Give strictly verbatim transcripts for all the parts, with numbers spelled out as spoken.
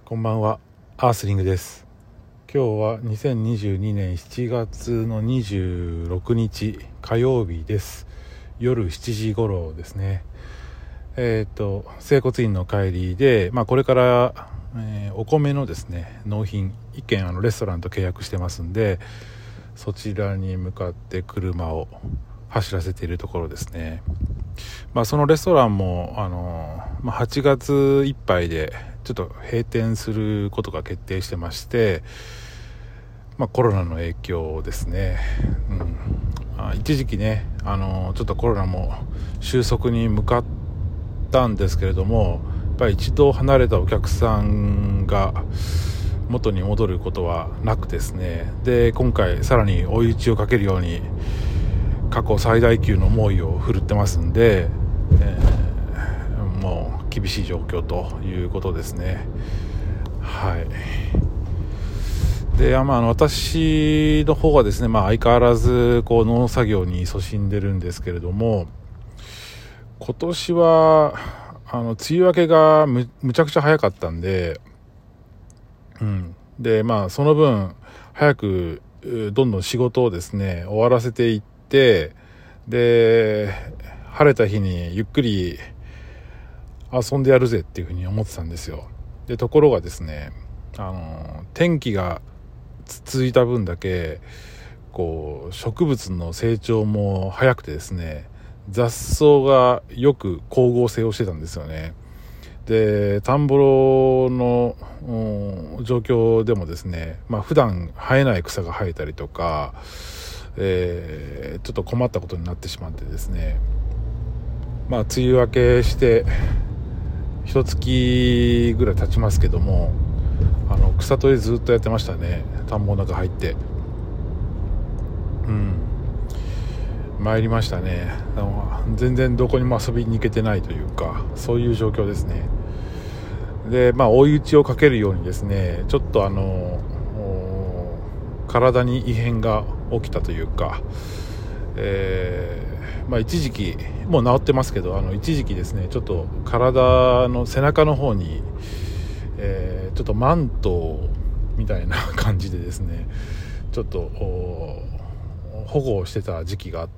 こんばんは、アースリングです。今日はにせんにじゅうにねんしちがつのにじゅうろくにち火曜日です。夜しちじ頃ですね。えっ、ー、と整骨院の帰りで、まあ、これから、えー、お米のですね納品一軒あのレストランと契約してますんで、そちらに向かって車を走らせているところですね。まあ、そのレストランもあの、まあ、はちがついっぱいでちょっと閉店することが決定してまして、まあ、コロナの影響ですね、うんまあ、一時期ねあのちょっとコロナも収束に向かったんですけれども、やっぱり一度離れたお客さんが元に戻ることはなくですね、で今回さらに追い打ちをかけるように過去最大級の猛威を振るってますんで、えー、もう厳しい状況ということですね。はいで、まあ、あの私の方はですね、まあ、相変わらずこう農作業に勤しんでるんですけれども、今年はあの梅雨明けが む, むちゃくちゃ早かったんで、うん、でまあその分早くどんどん仕事をですね終わらせていって、で晴れた日にゆっくり遊んでやるぜっていうふうに思ってたんですよ。でところがですね、あの天気が続いた分だけこう植物の成長も早くてですね、雑草がよく光合成をしてたんですよね。で田んぼの、うん、状況でもですね、まあ、普段生えない草が生えたりとか、えー、ちょっと困ったことになってしまってですね、まあ梅雨明けして一月ぐらい経ちますけども、あの草取りずっとやってましたね。田んぼの中入ってうん参りましたね。全然どこにも遊びに行けてないというか、そういう状況ですね。でまあ追い打ちをかけるようにですね、ちょっとあの体に異変が起きたというか、えー、まあ一時期もう治ってますけど、あの一時期ですねちょっと体の背中の方に、えー、ちょっとマントみたいな感じでですね、ちょっと保護をしてた時期があって、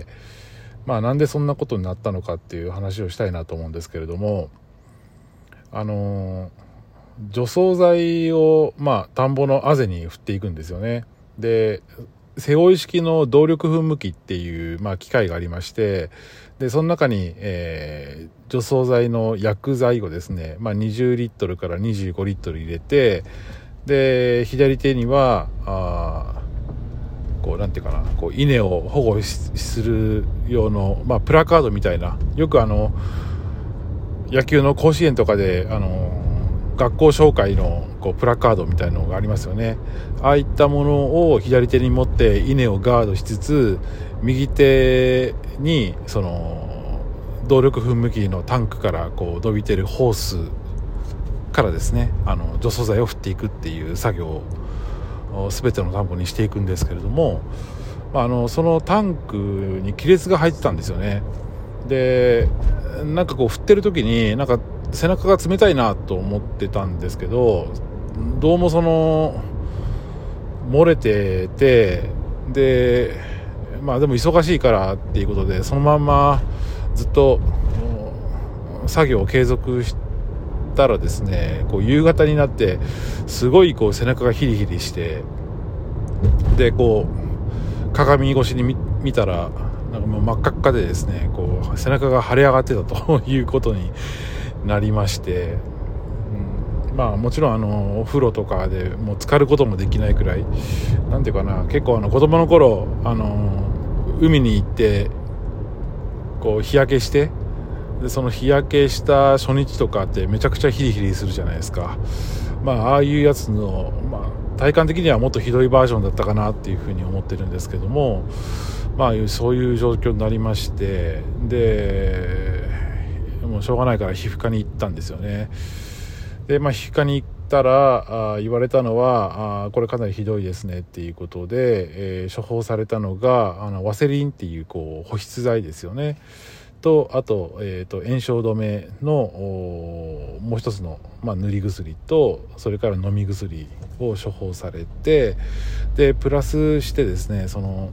まあなんでそんなことになったのかっていう話をしたいなと思うんですけれども、あの除草剤をまあ田んぼのあぜに振っていくんですよね。で背負い式の動力噴霧器っていう、まあ、機械がありまして、でその中に、えー、除草剤の薬剤をですね、まあ、にじゅうリットルからにじゅうごリットル入れて、で左手にはあこうなんていうかな、こう稲を保護する用の、まあ、プラカードみたいな、よくあの野球の甲子園とかであの学校紹介のこうプラカードみたいなのがありますよね。ああいったものを左手に持って稲をガードしつつ、右手にその動力噴霧器のタンクからこう伸びてるホースからですね、あの除草剤を振っていくっていう作業を全ての田んぼにしていくんですけれども、あのそのタンクに亀裂が入ってたんですよね。でなんかこう振ってる時になんか背中が冷たいなと思ってたんですけど、どうもその漏れてて、でまあでも忙しいからっていうことでそのまんまずっと作業を継続したらですね、こう夕方になってすごいこう背中がヒリヒリして、でこう鏡越しに 見, 見たらなんかもう真っ赤っかでですね、こう背中が腫れ上がってたということになりまして、うん、まあもちろんあのお風呂とかでもう浸かることもできないくらい、なんていうかな、結構あの子供の頃あの海に行ってこう日焼けして、でその日焼けした初日とかってめちゃくちゃヒリヒリするじゃないですか。まあああいうやつの、まあ、体感的にはもっとひどいバージョンだったかなっていうふうに思ってるんですけども、まあそういう状況になりまして、でもうしょうがないから皮膚科に行ったんですよね。でまあ皮膚科に行ったらあ言われたのは、あこれかなりひどいですねっていうことで、えー、処方されたのがあのワセリンっていうこう保湿剤ですよねと、あと、えーと炎症止めのもう一つの、 まあ、塗り薬とそれから飲み薬を処方されて、でプラスしてですね、その、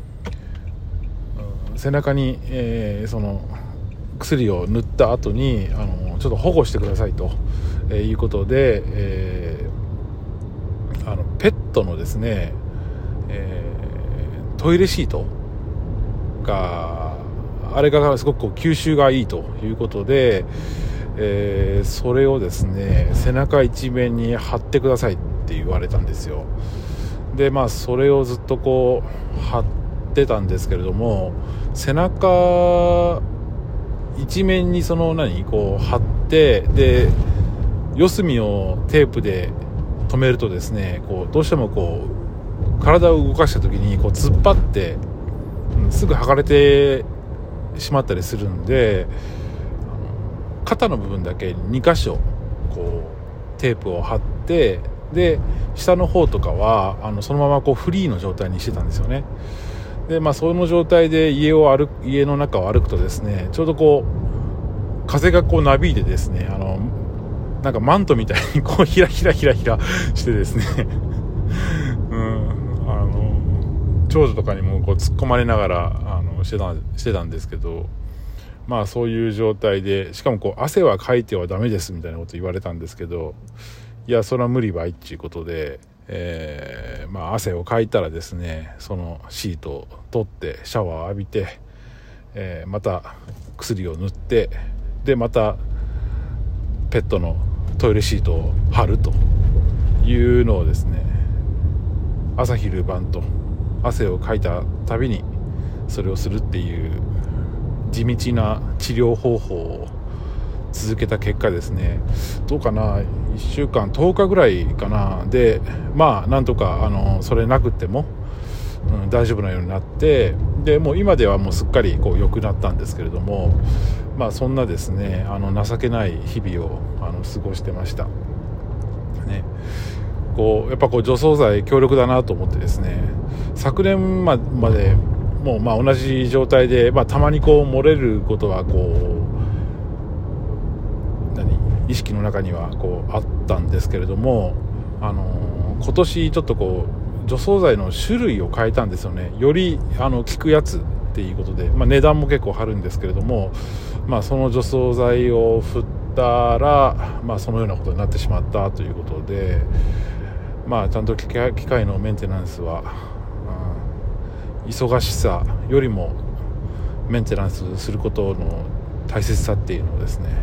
うん、背中に、えー、その薬を塗った後にあのちょっと保護してくださいと、えー、いうことで、えー、あのペットのですね、えー、トイレシートがあれがすごくこう吸収がいいということで、えー、それをですね背中一面に貼ってくださいって言われたんですよ。でまあそれをずっとこう貼ってたんですけれども、背中一面にその何こう貼って、で四隅をテープで留めるとですね、こうどうしてもこう体を動かした時にこう突っ張って、うん、すぐ剥がれてしまったりするんで、肩の部分だけに箇所こうテープを貼って、で下の方とかはあのそのままこうフリーの状態にしてたんですよね。でまあその状態で家を歩く家の中を歩くとですね、ちょうどこう風がこうなびいてですね、あのなんかマントみたいにこうひらひらひらひらしてですねうんあの長女とかにもこう突っ込まれながらあのしてたしてたんですけど、まあそういう状態で、しかもこう汗はかいてはダメですみたいなこと言われたんですけど、いやそれは無理ばいっていうことで、えー、まあ汗をかいたらですね、そのシートを取ってシャワーを浴びて、えー、また薬を塗って、でまたペットのトイレシートを貼るというのをですね、朝昼晩と汗をかいたたびにそれをするっていう地道な治療方法を続けた結果ですね、どうかないっしゅうかんとおかぐらいかなで、まあなんとかあのそれなくっても、うん、大丈夫なようになって、でもう今ではもうすっかりこう良くなったんですけれども、まあそんなですねあの情けない日々をあの過ごしてましたね。こうやっぱこう除草剤強力だなと思ってですね、昨年までもうまあ同じ状態で、まあ、たまにこう漏れることはこう何意識の中にはこうあったんですけれども、あのー、今年ちょっとこう除草剤の種類を変えたんですよね。よりあの効くやつっていうことで、まあ、値段も結構張るんですけれども、まあ、その除草剤を振ったら、まあ、そのようなことになってしまったということで、まあ、ちゃんと機械、機械のメンテナンスは、うん、忙しさよりもメンテナンスすることの大切さっていうのをですね、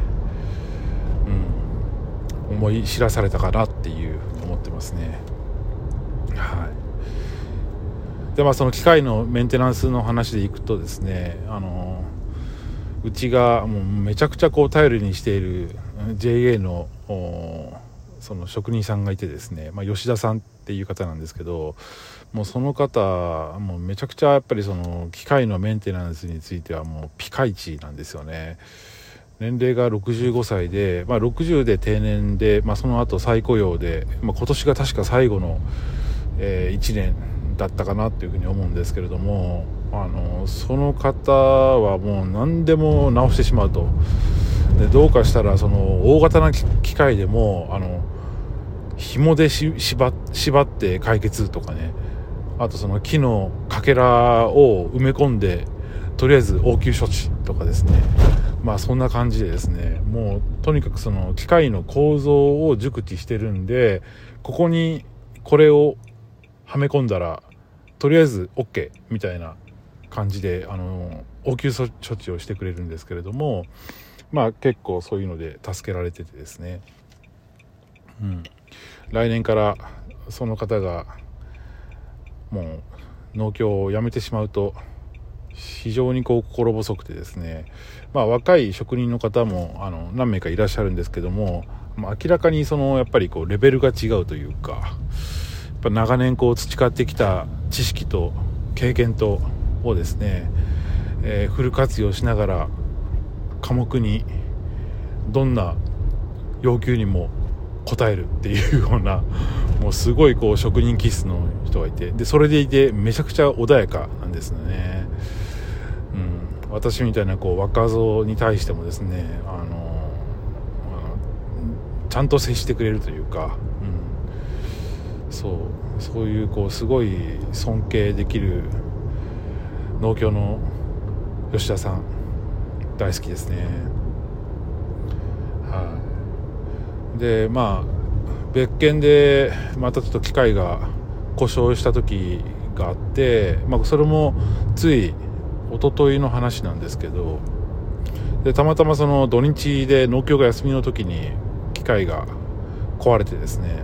うん、思い知らされたかなっていう思ってますね。はい。でまあその機械のメンテナンスの話でいくとですね、あのうちがもうめちゃくちゃこう頼りにしている ジェイエー のその職人さんがいてですね、まあ、吉田さんっていう方なんですけど、もうその方もうめちゃくちゃやっぱりその機械のメンテナンスについてはもうピカイチなんですよね。年齢がろくじゅうごさいで、まあ、ろくじゅうで定年で、まあ、その後再雇用で、まあ、今年が確か最後の、えー、いちねんだったかなというふうに思うんですけれども、あのその方はもう何でも直してしまうと。でどうかしたらその大型な機械でもあの紐でし縛って解決とかね、あとその木のかけらを埋め込んでとりあえず応急処置とかですね、まあそんな感じでですね、もうとにかくその機械の構造を熟知してるんで、ここにこれをはめ込んだらとりあえず OK みたいな感じであの応急処置をしてくれるんですけれども、まあ結構そういうので助けられててですね、うん、来年からその方がもう農協を辞めてしまうと非常にこう心細くてですね、まあ若い職人の方もあの何名かいらっしゃるんですけども、まあ、明らかにそのやっぱりこうレベルが違うというか、やっぱ長年こう培ってきた知識と経験とをですね、えー、フル活用しながら科目にどんな要求にも応えるっていうような、もうすごいこう職人気質の人がいて、でそれでいてめちゃくちゃ穏やかなんですね。うん、私みたいなこう若造に対してもですね、あのちちゃんと接してくれるというか、うん、そうそういうこうすごい尊敬できる農協の吉田さん大好きですね。はい。でまあ別件でまたちょっと機械が故障した時があって、まあ、それもつい一昨日の話なんですけど、でたまたまその土日で農協が休みの時に機械が壊れてですね、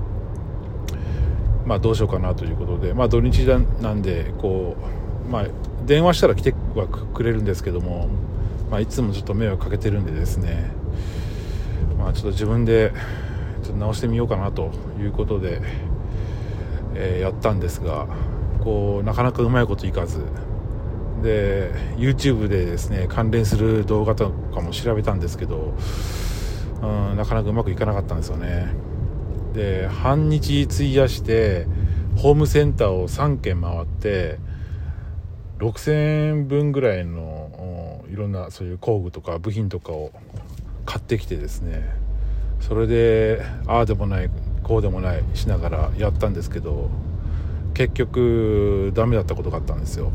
まあどうしようかなということで、まあ土日なんでこう、まあ、電話したら来てはくれるんですけども、まあ、いつもちょっと迷惑かけてるんでですね、まあ、ちょっと自分でちょっと直してみようかなということで、えー、やったんですが、こうなかなかうまいこといかずで YouTube でですね関連する動画とかも調べたんですけど、うん、なかなかうまくいかなかったんですよね。で半日費やしてホームセンターをさんけん回ってろくせんえんぶんぐらいのいろんなそういう工具とか部品とかを買ってきてですね、それでああでもないこうでもないしながらやったんですけど、結局ダメだったことがあったんですよ。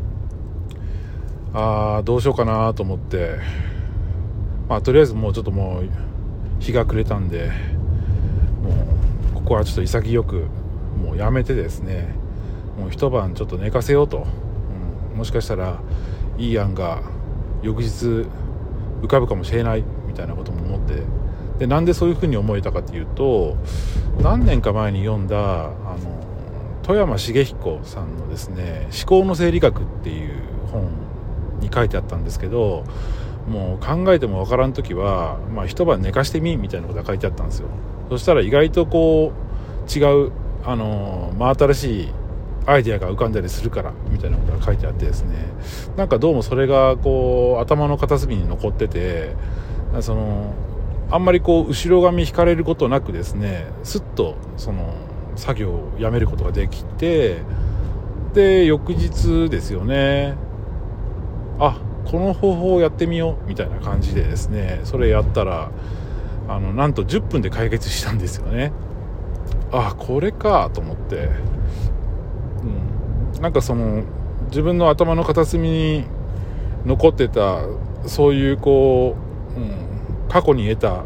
ああどうしようかなと思って、まあとりあえずもうちょっともう日が暮れたんで、もうここはちょっと潔くもうやめてですね、もう一晩ちょっと寝かせようと、うん、もしかしたらいい案が翌日浮かぶかもしれないみたいなことも思って、でなんでそういうふうに思えたかというと、何年か前に読んだあの富山茂彦さんのですね思考の整理学っていう本に書いてあったんですけど、もう考えてもわからんときは、まあ、一晩寝かしてみみたいなことが書いてあったんですよ。そしたら意外とこう違うあの真新しいアイデアが浮かんだりするからみたいなことが書いてあってですね、なんかどうもそれがこう頭の片隅に残ってて、そのあんまりこう後ろ髪引かれることなくですね、スッとその作業をやめることができて、で翌日ですよね、あこの方法をやってみようみたいな感じでですね、それやったらあのなんとじゅっぷんで解決したんですよね。あこれかと思って、うん、なんかその自分の頭の片隅に残ってたそういうこう、うん、過去に得た、うん、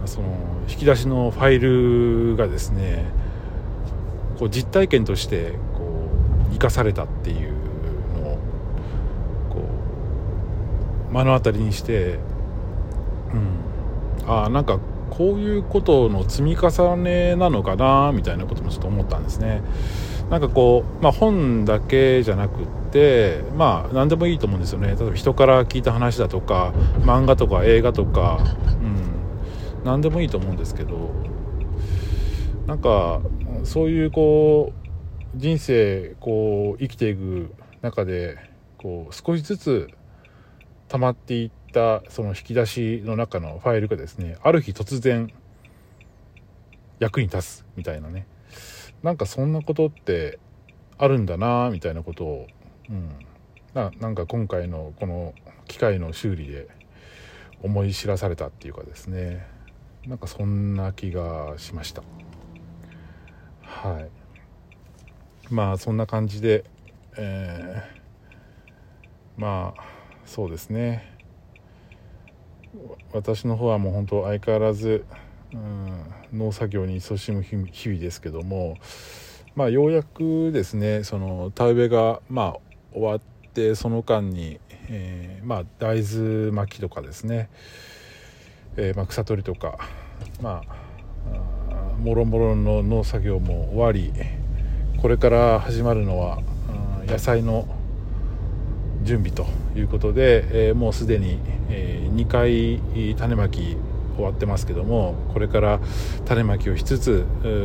その引き出しのファイルがですね、こう実体験としてこう生かされたっていうのをこう目の当たりにして、うん、あなんかこういうことの積み重ねなのかなみたいなこともちょっと思ったんですね。なんかこう、まあ、本だけじゃなくってまあ何でもいいと思うんですよね。例えば人から聞いた話だとか漫画とか映画とか、うん、何でもいいと思うんですけど、なんかそういうこう人生こう生きていく中でこう少しずつ溜まっていったその引き出しの中のファイルがですね、ある日突然役に立つみたいなね、なんかそんなことってあるんだなみたいなことを、うん、な, なんか今回のこの機械の修理で思い知らされたっていうかですね、なんかそんな気がしました。はい。まあそんな感じで、えー、まあそうですね、私の方はもう本当相変わらず、うん、農作業に勤しむ日々ですけども、まあようやくですねその田植えがまあ終わって、その間に、えー、まあ大豆巻きとかですね、えーまあ、草取りとかまあもろもろの農作業も終わり、これから始まるのは野菜の準備ということで、えー、もうすでに、えー、にかい種まき終わってますけども、これから種まきをしつつ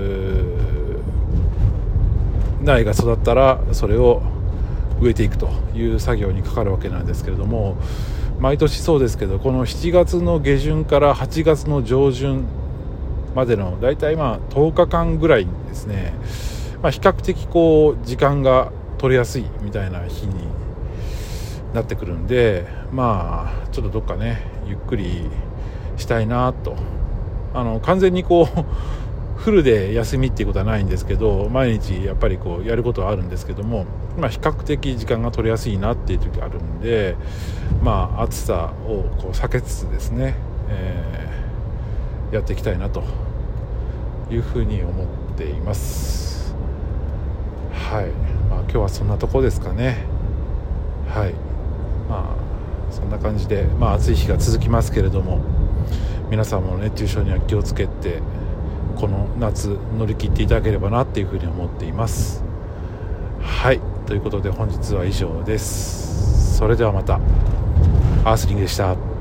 苗が育ったらそれを植えていくという作業にかかるわけなんですけれども、毎年そうですけどこのしちがつの下旬からはちがつの上旬までのだいたいまあとおかかんぐらいですね、まあ、比較的こう時間が取れやすいみたいな日になってくるんで、まあちょっとどっかねゆっくりしたいなと。あの完全にこうフルで休みっていうことはないんですけど、毎日やっぱりこうやることはあるんですけども、まあ、比較的時間が取りやすいなっていう時があるんで、まあ、暑さをこう避けつつですね、えー、やっていきたいなというふうに思っています。はい、まあ、今日はそんなとこですかね。はい、まあそんな感じで、まあ、暑い日が続きますけれども、皆さんも熱中症には気をつけてこの夏乗り切っていただければなっていうふうに思っています。はい、ということで本日は以上です。それではまた。アースリングでした。